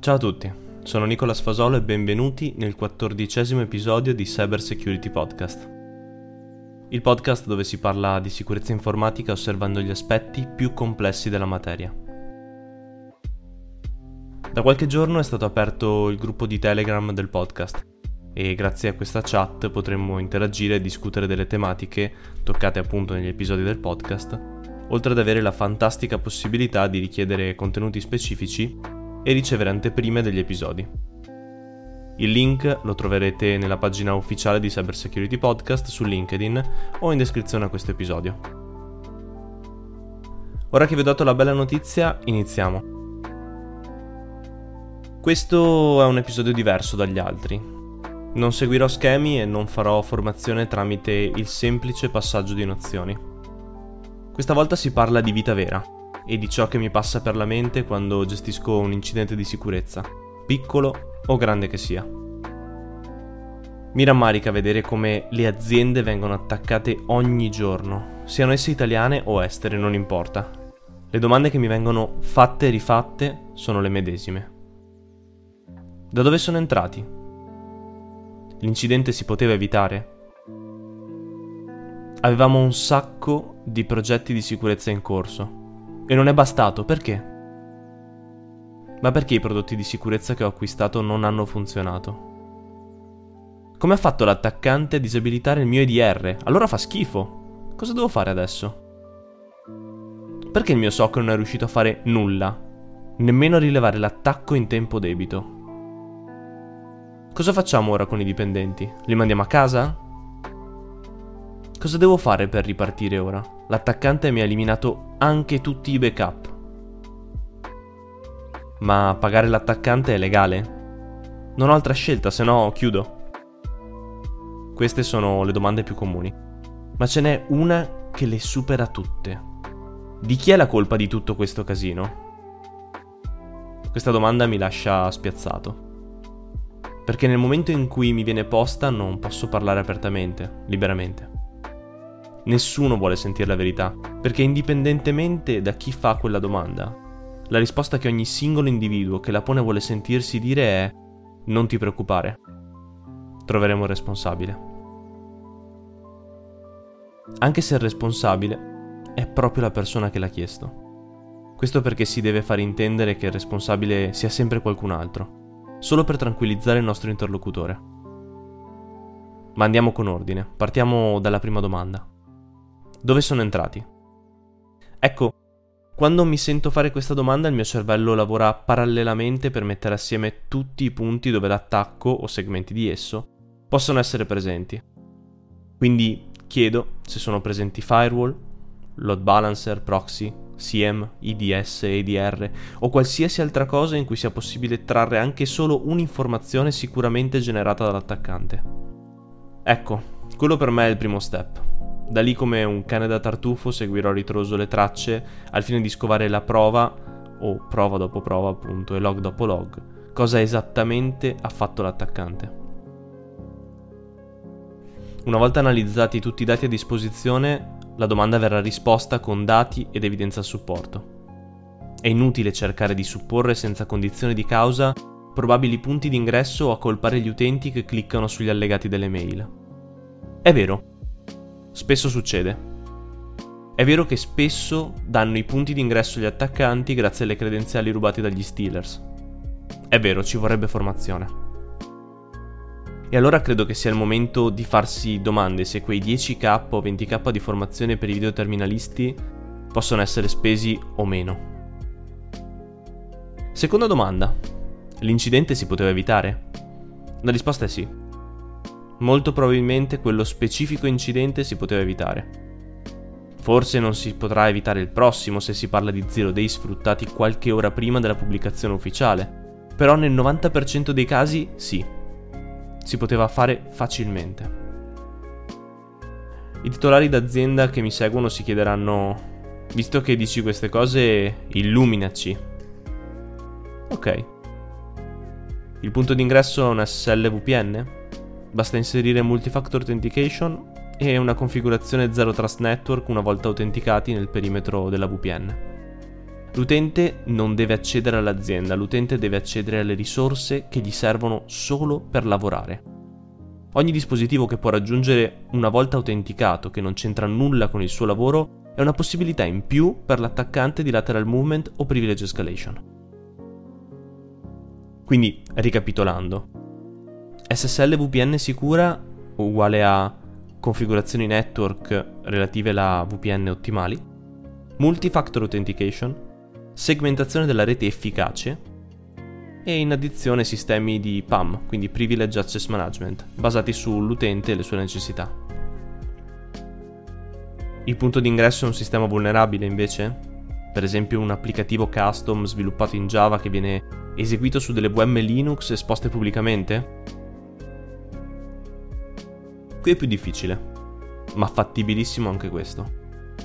Ciao a tutti, sono Nicola Sfasolo e benvenuti nel 14° episodio di Cyber Security Podcast. Il podcast dove si parla di sicurezza informatica osservando gli aspetti più complessi della materia. Da qualche giorno è stato aperto il gruppo di Telegram del podcast e grazie a questa chat potremmo interagire e discutere delle tematiche toccate appunto negli episodi del podcast, oltre ad avere la fantastica possibilità di richiedere contenuti specifici e ricevere anteprime degli episodi. Il link lo troverete nella pagina ufficiale di Cyber Security Podcast su LinkedIn o in descrizione a questo episodio. Ora che vi ho dato la bella notizia, iniziamo. Questo è un episodio diverso dagli altri. Non seguirò schemi e non farò formazione tramite il semplice passaggio di nozioni. Questa volta si parla di vita vera e di ciò che mi passa per la mente quando gestisco un incidente di sicurezza, piccolo o grande che sia. Mi rammarica vedere come le aziende vengono attaccate ogni giorno, siano esse italiane o estere, non importa. Le domande che mi vengono fatte e rifatte sono le medesime. Da dove sono entrati? L'incidente si poteva evitare? Avevamo un sacco di progetti di sicurezza in corso. E non è bastato, perché? Ma perché i prodotti di sicurezza che ho acquistato non hanno funzionato? Come ha fatto l'attaccante a disabilitare il mio EDR? Allora fa schifo. Cosa devo fare adesso? Perché il mio SOC non è riuscito a fare nulla? Nemmeno a rilevare l'attacco in tempo debito? Cosa facciamo ora con i dipendenti? Li mandiamo a casa? Cosa devo fare per ripartire ora? L'attaccante mi ha eliminato anche tutti i backup. Ma pagare l'attaccante è legale? Non ho altra scelta, se no chiudo. Queste sono le domande più comuni. Ma ce n'è una che le supera tutte. Di chi è la colpa di tutto questo casino? Questa domanda mi lascia spiazzato. Perché nel momento in cui mi viene posta non posso parlare apertamente, liberamente. Nessuno vuole sentire la verità, perché indipendentemente da chi fa quella domanda, la risposta che ogni singolo individuo che la pone vuole sentirsi dire è: non ti preoccupare, troveremo il responsabile. Anche se il responsabile è proprio la persona che l'ha chiesto. Questo perché si deve far intendere che il responsabile sia sempre qualcun altro, solo per tranquillizzare il nostro interlocutore. Ma andiamo con ordine, partiamo dalla prima domanda. Dove sono entrati? Ecco, quando mi sento fare questa domanda il mio cervello lavora parallelamente per mettere assieme tutti i punti dove l'attacco o segmenti di esso possono essere presenti. Quindi chiedo se sono presenti firewall, load balancer, proxy, CM, IDS, EDR o qualsiasi altra cosa in cui sia possibile trarre anche solo un'informazione sicuramente generata dall'attaccante. Ecco, quello per me è il primo step. Da lì, come un cane da tartufo, seguirò a ritroso le tracce al fine di scovare la prova, o prova dopo prova appunto, e log dopo log, cosa esattamente ha fatto l'attaccante. Una volta analizzati tutti i dati a disposizione, la domanda verrà risposta con dati ed evidenza a supporto. È inutile cercare di supporre senza condizione di causa probabili punti di ingresso o accolpare gli utenti che cliccano sugli allegati delle mail. È vero. Spesso succede. È vero che spesso danno i punti d'ingresso agli attaccanti grazie alle credenziali rubate dagli stealers. È vero, ci vorrebbe formazione. E allora credo che sia il momento di farsi domande se quei 10k o 20k di formazione per i videoterminalisti possono essere spesi o meno. Seconda domanda. L'incidente si poteva evitare? La risposta è sì. Molto probabilmente quello specifico incidente si poteva evitare. Forse non si potrà evitare il prossimo se si parla di zero day sfruttati qualche ora prima della pubblicazione ufficiale, però nel 90% dei casi sì, si poteva fare facilmente. I titolari d'azienda che mi seguono si chiederanno: visto che dici queste cose, illuminaci. Ok. Il punto d'ingresso è un SSL VPN? Basta inserire Multifactor Authentication e una configurazione Zero Trust Network una volta autenticati nel perimetro della VPN. L'utente non deve accedere all'azienda, l'utente deve accedere alle risorse che gli servono solo per lavorare. Ogni dispositivo che può raggiungere una volta autenticato, che non c'entra nulla con il suo lavoro, è una possibilità in più per l'attaccante di lateral movement o privilege escalation. Quindi, ricapitolando, SSL VPN sicura uguale a configurazioni network relative alla VPN ottimali, multifactor authentication, segmentazione della rete efficace e in addizione sistemi di PAM, quindi Privilege Access Management, basati sull'utente e le sue necessità. Il punto d'ingresso è un sistema vulnerabile invece? Per esempio un applicativo custom sviluppato in Java che viene eseguito su delle VM Linux esposte pubblicamente? Qui è più difficile, ma fattibilissimo anche questo.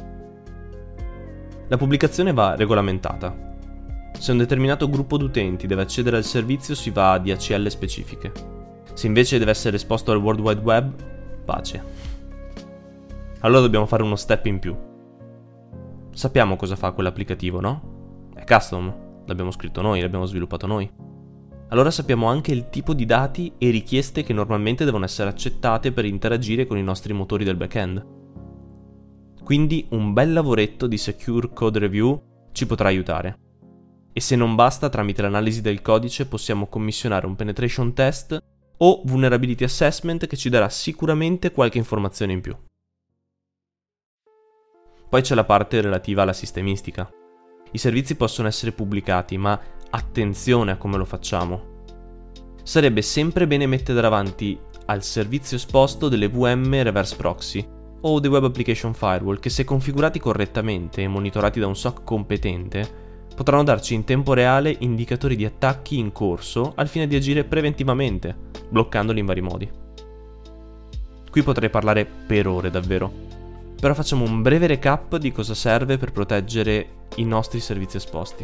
La pubblicazione va regolamentata. Se un determinato gruppo d'utenti deve accedere al servizio si va a DHL specifiche. Se invece deve essere esposto al World Wide Web, pace. Allora dobbiamo fare uno step in più. Sappiamo cosa fa quell'applicativo, no? È custom, l'abbiamo scritto noi, l'abbiamo sviluppato noi. Allora sappiamo anche il tipo di dati e richieste che normalmente devono essere accettate per interagire con i nostri motori del backend. Quindi un bel lavoretto di Secure Code Review ci potrà aiutare. E se non basta, tramite l'analisi del codice possiamo commissionare un penetration test o vulnerability assessment che ci darà sicuramente qualche informazione in più. Poi c'è la parte relativa alla sistemistica. I servizi possono essere pubblicati, ma attenzione a come lo facciamo. Sarebbe sempre bene mettere davanti al servizio esposto delle VM reverse proxy o dei web application firewall che, se configurati correttamente e monitorati da un SOC competente, potranno darci in tempo reale indicatori di attacchi in corso al fine di agire preventivamente, bloccandoli in vari modi. Qui potrei parlare per ore davvero, però facciamo un breve recap di cosa serve per proteggere i nostri servizi esposti.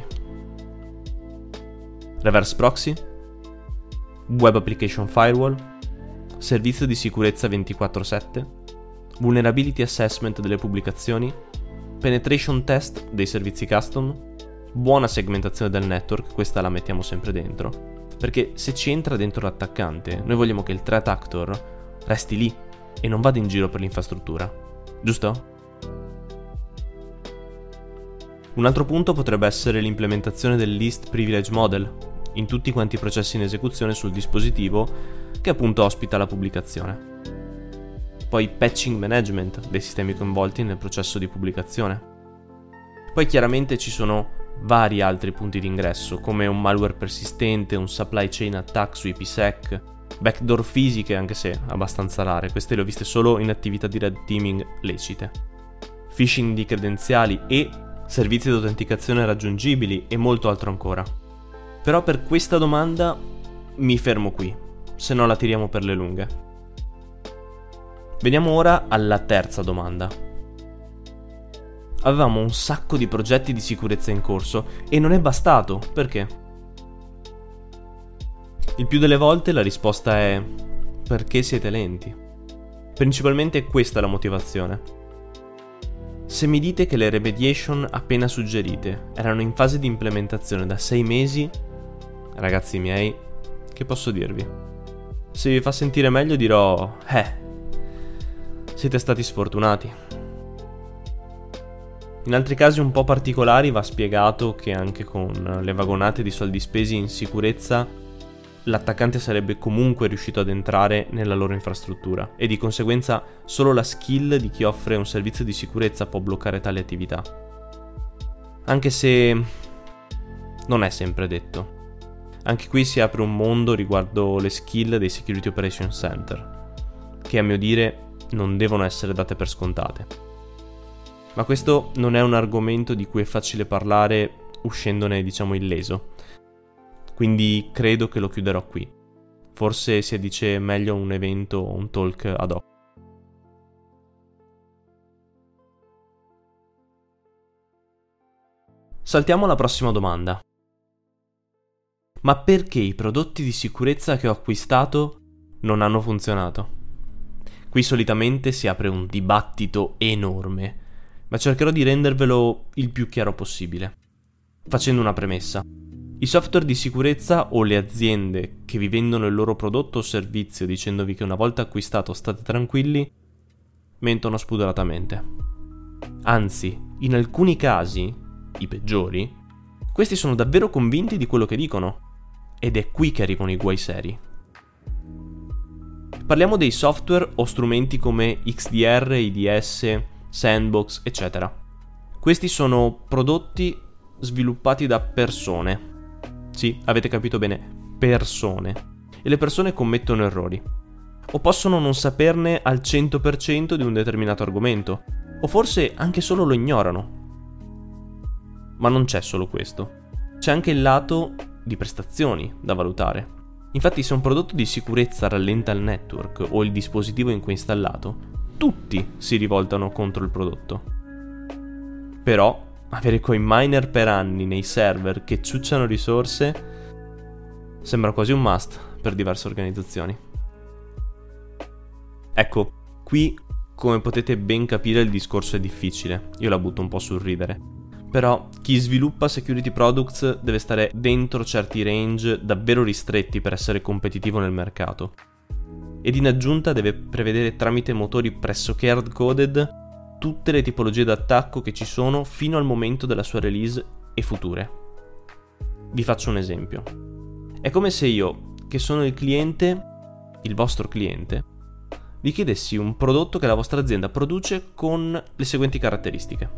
Reverse proxy, web application firewall, servizio di sicurezza 24/7, vulnerability assessment delle pubblicazioni, penetration test dei servizi custom, buona segmentazione del network, questa la mettiamo sempre dentro, perché se ci entra dentro l'attaccante, noi vogliamo che il threat actor resti lì e non vada in giro per l'infrastruttura, giusto? Un altro punto potrebbe essere l'implementazione del Least Privilege Model in tutti quanti i processi in esecuzione sul dispositivo che appunto ospita la pubblicazione. Poi patching management dei sistemi coinvolti nel processo di pubblicazione. Poi chiaramente ci sono vari altri punti di ingresso, come un malware persistente, un supply chain attack su IPsec, backdoor fisiche, anche se abbastanza rare, queste le ho viste solo in attività di red teaming lecite, phishing di credenziali e servizi di autenticazione raggiungibili e molto altro ancora. Però per questa domanda mi fermo qui, se no la tiriamo per le lunghe. Veniamo ora alla terza domanda. Avevamo un sacco di progetti di sicurezza in corso e non è bastato. Perché? Il più delle volte la risposta è perché siete lenti. Principalmente questa è la motivazione. Se mi dite che le remediation appena suggerite erano in fase di implementazione da 6 mesi, ragazzi miei, che posso dirvi? Se vi fa sentire meglio dirò, siete stati sfortunati. In altri casi un po' particolari va spiegato che anche con le vagonate di soldi spesi in sicurezza l'attaccante sarebbe comunque riuscito ad entrare nella loro infrastruttura e di conseguenza solo la skill di chi offre un servizio di sicurezza può bloccare tali attività. Anche se non è sempre detto. Anche qui si apre un mondo riguardo le skill dei Security Operations Center, che a mio dire non devono essere date per scontate. Ma questo non è un argomento di cui è facile parlare uscendone, diciamo, illeso. Quindi credo che lo chiuderò qui. Forse si addice meglio un evento o un talk ad hoc. Saltiamo alla prossima domanda. Ma perché i prodotti di sicurezza che ho acquistato non hanno funzionato? Qui solitamente si apre un dibattito enorme, ma cercherò di rendervelo il più chiaro possibile. facendo una premessa. I software di sicurezza o le aziende che vi vendono il loro prodotto o servizio dicendovi che una volta acquistato state tranquilli, mentono spudoratamente. Anzi, in alcuni casi, i peggiori, questi sono davvero convinti di quello che dicono. Ed è qui che arrivano i guai seri. Parliamo dei software o strumenti come XDR, IDS, Sandbox, eccetera. Questi sono prodotti sviluppati da persone. Sì, avete capito bene, persone. E le persone commettono errori. O possono non saperne al 100% di un determinato argomento, o forse anche solo lo ignorano. Ma non c'è solo questo. C'è anche il lato di prestazioni da valutare. Infatti, se un prodotto di sicurezza rallenta il network o il dispositivo in cui è installato, tutti si rivoltano contro il prodotto. Però avere coin miner per anni nei server che ciucciano risorse sembra quasi un must per diverse organizzazioni. Ecco, qui, come potete ben capire, il discorso è difficile. Io la butto un po' sul ridere. Però chi sviluppa security products deve stare dentro certi range davvero ristretti per essere competitivo nel mercato. Ed in aggiunta deve prevedere tramite motori pressoché hard-coded tutte le tipologie d'attacco che ci sono fino al momento della sua release e future. Vi faccio un esempio. È come se io, che sono il cliente, il vostro cliente, vi chiedessi un prodotto che la vostra azienda produce con le seguenti caratteristiche.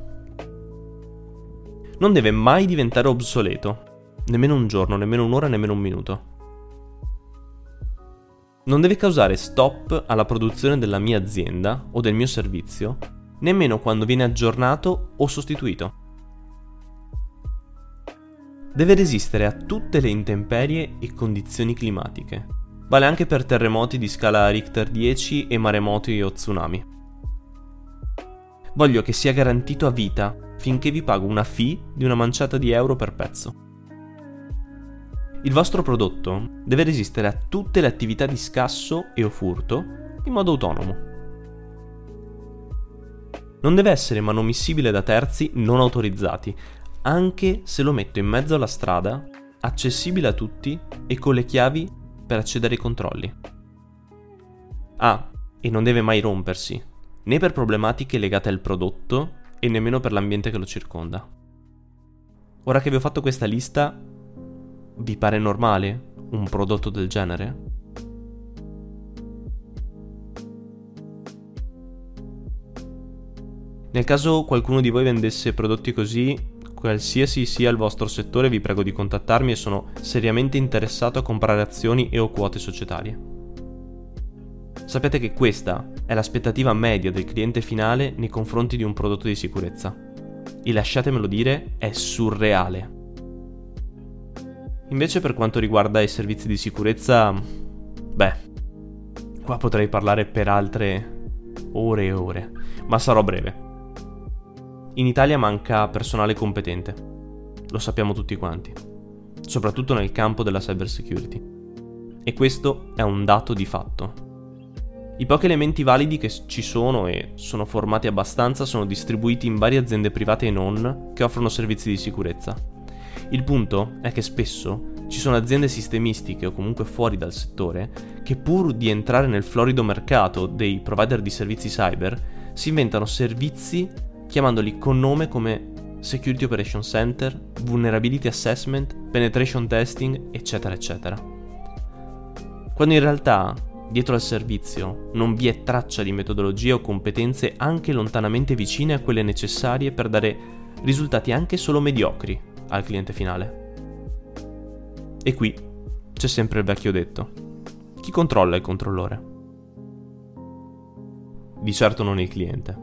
Non deve mai diventare obsoleto, nemmeno un giorno, nemmeno un'ora, nemmeno un minuto. Non deve causare stop alla produzione della mia azienda o del mio servizio, nemmeno quando viene aggiornato o sostituito. Deve resistere a tutte le intemperie e condizioni climatiche. Vale anche per terremoti di scala Richter 10 e maremoti o tsunami. Voglio che sia garantito a vita finché vi pago una fee di una manciata di euro per pezzo. Il vostro prodotto deve resistere a tutte le attività di scasso e o furto in modo autonomo. Non deve essere manomissibile da terzi non autorizzati, anche se lo metto in mezzo alla strada, accessibile a tutti e con le chiavi per accedere ai controlli. Ah, e non deve mai rompersi, né per problematiche legate al prodotto e nemmeno per l'ambiente che lo circonda. Ora che vi ho fatto questa lista, vi pare normale un prodotto del genere? Nel caso qualcuno di voi vendesse prodotti così, qualsiasi sia il vostro settore, vi prego di contattarmi e sono seriamente interessato a comprare azioni e o quote societarie. Sapete che questa è l'aspettativa media del cliente finale nei confronti di un prodotto di sicurezza. E lasciatemelo dire, è surreale. Invece per quanto riguarda i servizi di sicurezza, qua potrei parlare per altre ore e ore, ma sarò breve. In Italia manca personale competente, lo sappiamo tutti quanti, soprattutto nel campo della cybersecurity. E questo è un dato di fatto. I pochi elementi validi che ci sono e sono formati abbastanza sono distribuiti in varie aziende private e non che offrono servizi di sicurezza. Il punto è che spesso ci sono aziende sistemistiche o comunque fuori dal settore che pur di entrare nel florido mercato dei provider di servizi cyber si inventano servizi chiamandoli con nome come Security Operation Center, Vulnerability Assessment, Penetration Testing, eccetera eccetera. Quando in realtà dietro al servizio non vi è traccia di metodologie o competenze anche lontanamente vicine a quelle necessarie per dare risultati anche solo mediocri al cliente finale. E qui c'è sempre il vecchio detto: chi controlla il controllore? Di certo non il cliente.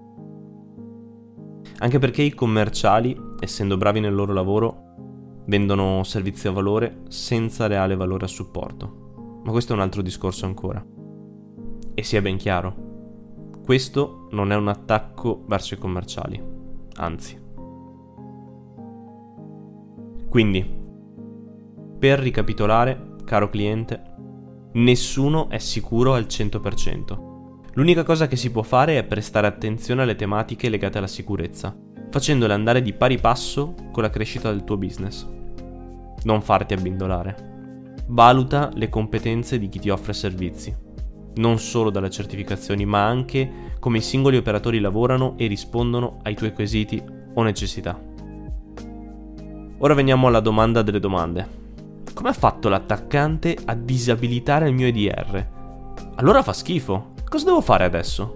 Anche perché i commerciali, essendo bravi nel loro lavoro, vendono servizi a valore senza reale valore a supporto. Ma questo è un altro discorso ancora. E sia ben chiaro, questo non è un attacco verso i commerciali, anzi. Quindi, per ricapitolare, caro cliente, nessuno è sicuro al 100%. L'unica cosa che si può fare è prestare attenzione alle tematiche legate alla sicurezza, facendole andare di pari passo con la crescita del tuo business. Non farti abbindolare. Valuta le competenze di chi ti offre servizi, non solo dalle certificazioni, ma anche come i singoli operatori lavorano e rispondono ai tuoi quesiti o necessità. Ora veniamo alla domanda delle domande. Come ha fatto l'attaccante a disabilitare il mio EDR? Allora fa schifo. Cosa devo fare adesso?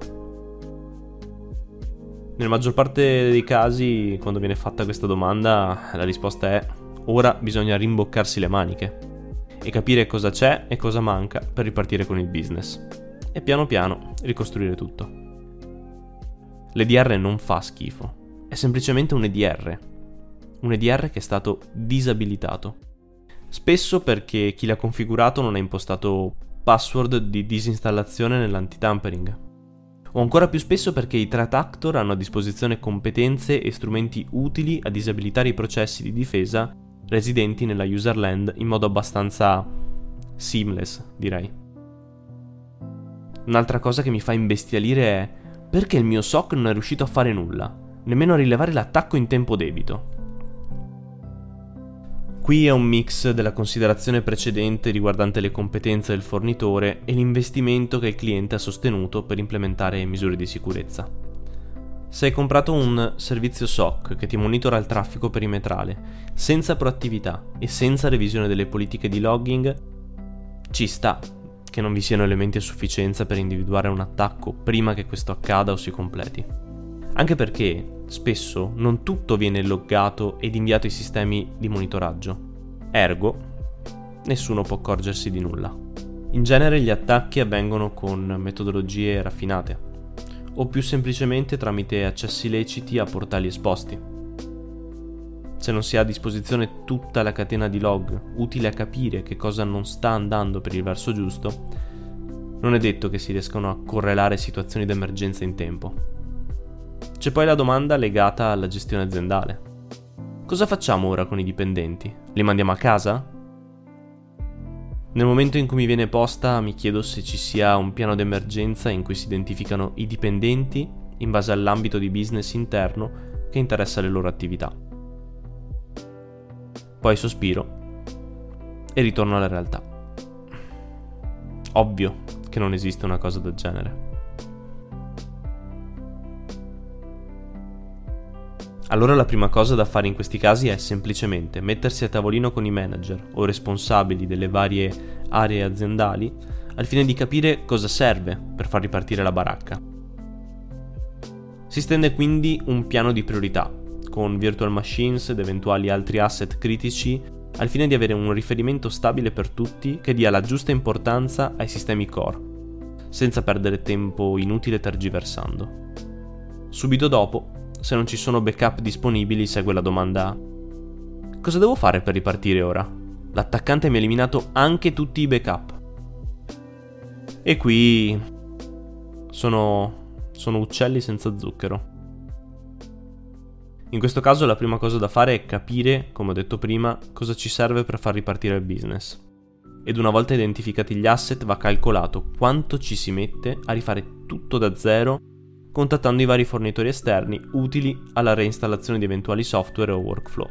Nella maggior parte dei casi, quando viene fatta questa domanda, la risposta è: ora bisogna rimboccarsi le maniche e capire cosa c'è e cosa manca per ripartire con il business e piano piano ricostruire tutto. L'EDR non fa schifo, è semplicemente un EDR che è stato disabilitato, spesso perché chi l'ha configurato non ha impostato password di disinstallazione nell'anti-tampering, o ancora più spesso perché i threat actor hanno a disposizione competenze e strumenti utili a disabilitare i processi di difesa residenti nella userland in modo abbastanza seamless, direi. Un'altra cosa che mi fa imbestialire è: perché il mio SOC non è riuscito a fare nulla, nemmeno a rilevare l'attacco in tempo debito? Qui è un mix della considerazione precedente riguardante le competenze del fornitore e l'investimento che il cliente ha sostenuto per implementare misure di sicurezza. Se hai comprato un servizio SOC che ti monitora il traffico perimetrale, senza proattività e senza revisione delle politiche di logging, ci sta che non vi siano elementi a sufficienza per individuare un attacco prima che questo accada o si completi. Anche perché spesso non tutto viene loggato ed inviato ai sistemi di monitoraggio. Ergo, nessuno può accorgersi di nulla. In genere gli attacchi avvengono con metodologie raffinate, o più semplicemente tramite accessi illeciti a portali esposti. Se non si ha a disposizione tutta la catena di log utile a capire che cosa non sta andando per il verso giusto, non è detto che si riescano a correlare situazioni d'emergenza in tempo. C'è poi la domanda legata alla gestione aziendale. Cosa facciamo ora con i dipendenti? Li mandiamo a casa? Nel momento in cui mi viene posta mi chiedo se ci sia un piano d'emergenza in cui si identificano i dipendenti in base all'ambito di business interno che interessa le loro attività. Poi sospiro e ritorno alla realtà. Ovvio che non esiste una cosa del genere. Allora la prima cosa da fare in questi casi è semplicemente mettersi a tavolino con i manager o responsabili delle varie aree aziendali al fine di capire cosa serve per far ripartire la baracca. Si stende quindi un piano di priorità, con virtual machines ed eventuali altri asset critici, al fine di avere un riferimento stabile per tutti che dia la giusta importanza ai sistemi core, senza perdere tempo inutile tergiversando. Subito dopo, se non ci sono backup disponibili, segue la domanda: cosa devo fare per ripartire ora? L'attaccante mi ha eliminato anche tutti i backup. E qui sono uccelli senza zucchero. In questo caso la prima cosa da fare è capire, come ho detto prima, cosa ci serve per far ripartire il business. Ed una volta identificati gli asset va calcolato quanto ci si mette a rifare tutto da zero, contattando i vari fornitori esterni utili alla reinstallazione di eventuali software o workflow.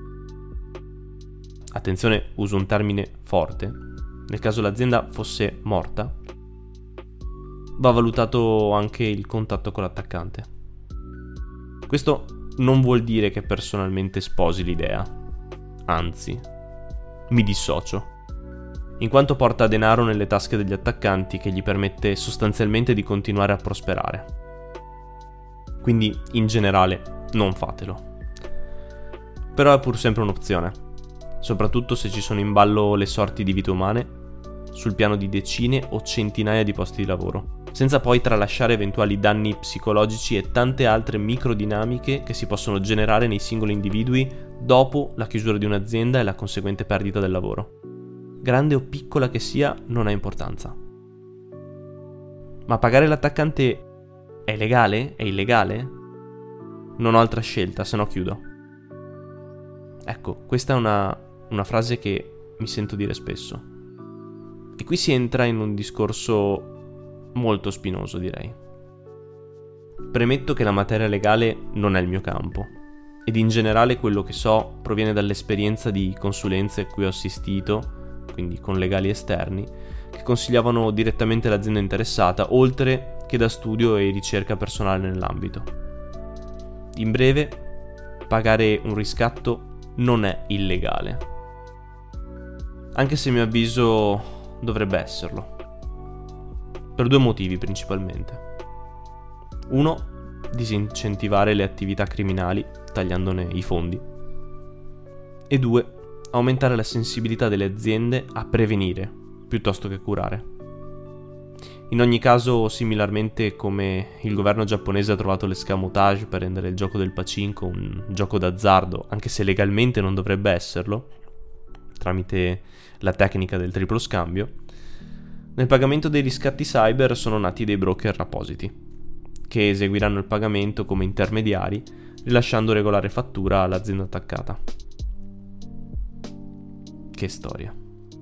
Attenzione, uso un termine forte. Nel caso l'azienda fosse morta, va valutato anche il contatto con l'attaccante. Questo non vuol dire che personalmente sposi l'idea, anzi, mi dissocio, in quanto porta denaro nelle tasche degli attaccanti che gli permette sostanzialmente di continuare a prosperare. Quindi, in generale, non fatelo. Però è pur sempre un'opzione, soprattutto se ci sono in ballo le sorti di vite umane sul piano di decine o centinaia di posti di lavoro, senza poi tralasciare eventuali danni psicologici e tante altre microdinamiche che si possono generare nei singoli individui dopo la chiusura di un'azienda e la conseguente perdita del lavoro. Grande o piccola che sia, non ha importanza. Ma pagare l'attaccante è legale? È illegale? Non ho altra scelta, se no chiudo. Ecco, questa è una frase che mi sento dire spesso. E qui si entra in un discorso molto spinoso, direi. Premetto che la materia legale non è il mio campo, ed in generale quello che so proviene dall'esperienza di consulenze a cui ho assistito, quindi con legali esterni, che consigliavano direttamente l'azienda interessata, oltre che da studio e ricerca personale nell'ambito. In breve, pagare un riscatto non è illegale, anche se a mio avviso dovrebbe esserlo, per due motivi principalmente. Uno, disincentivare le attività criminali tagliandone i fondi, e due, aumentare la sensibilità delle aziende a prevenire piuttosto che curare. In ogni caso, similarmente come il governo giapponese ha trovato l'escamotage per rendere il gioco del pachinko un gioco d'azzardo, anche se legalmente non dovrebbe esserlo, tramite la tecnica del triplo scambio, nel pagamento dei riscatti cyber sono nati dei broker appositi, che eseguiranno il pagamento come intermediari, rilasciando regolare fattura all'azienda attaccata. Che storia.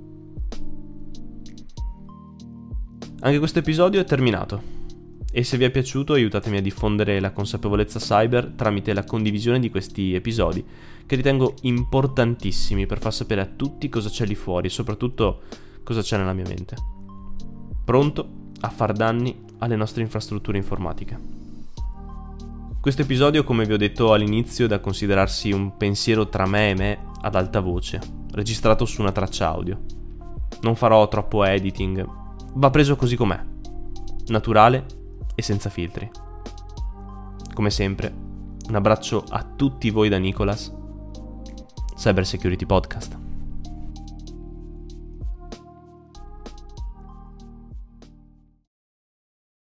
Anche questo episodio è terminato, e se vi è piaciuto aiutatemi a diffondere la consapevolezza cyber tramite la condivisione di questi episodi, che ritengo importantissimi per far sapere a tutti cosa c'è lì fuori e soprattutto cosa c'è nella mia mente, pronto a far danni alle nostre infrastrutture informatiche. Questo episodio, come vi ho detto all'inizio, è da considerarsi un pensiero tra me e me ad alta voce, registrato su una traccia audio. Non farò troppo editing, va preso così com'è, naturale e senza filtri. Come sempre, un abbraccio a tutti voi da Nicolas, Cyber Security Podcast.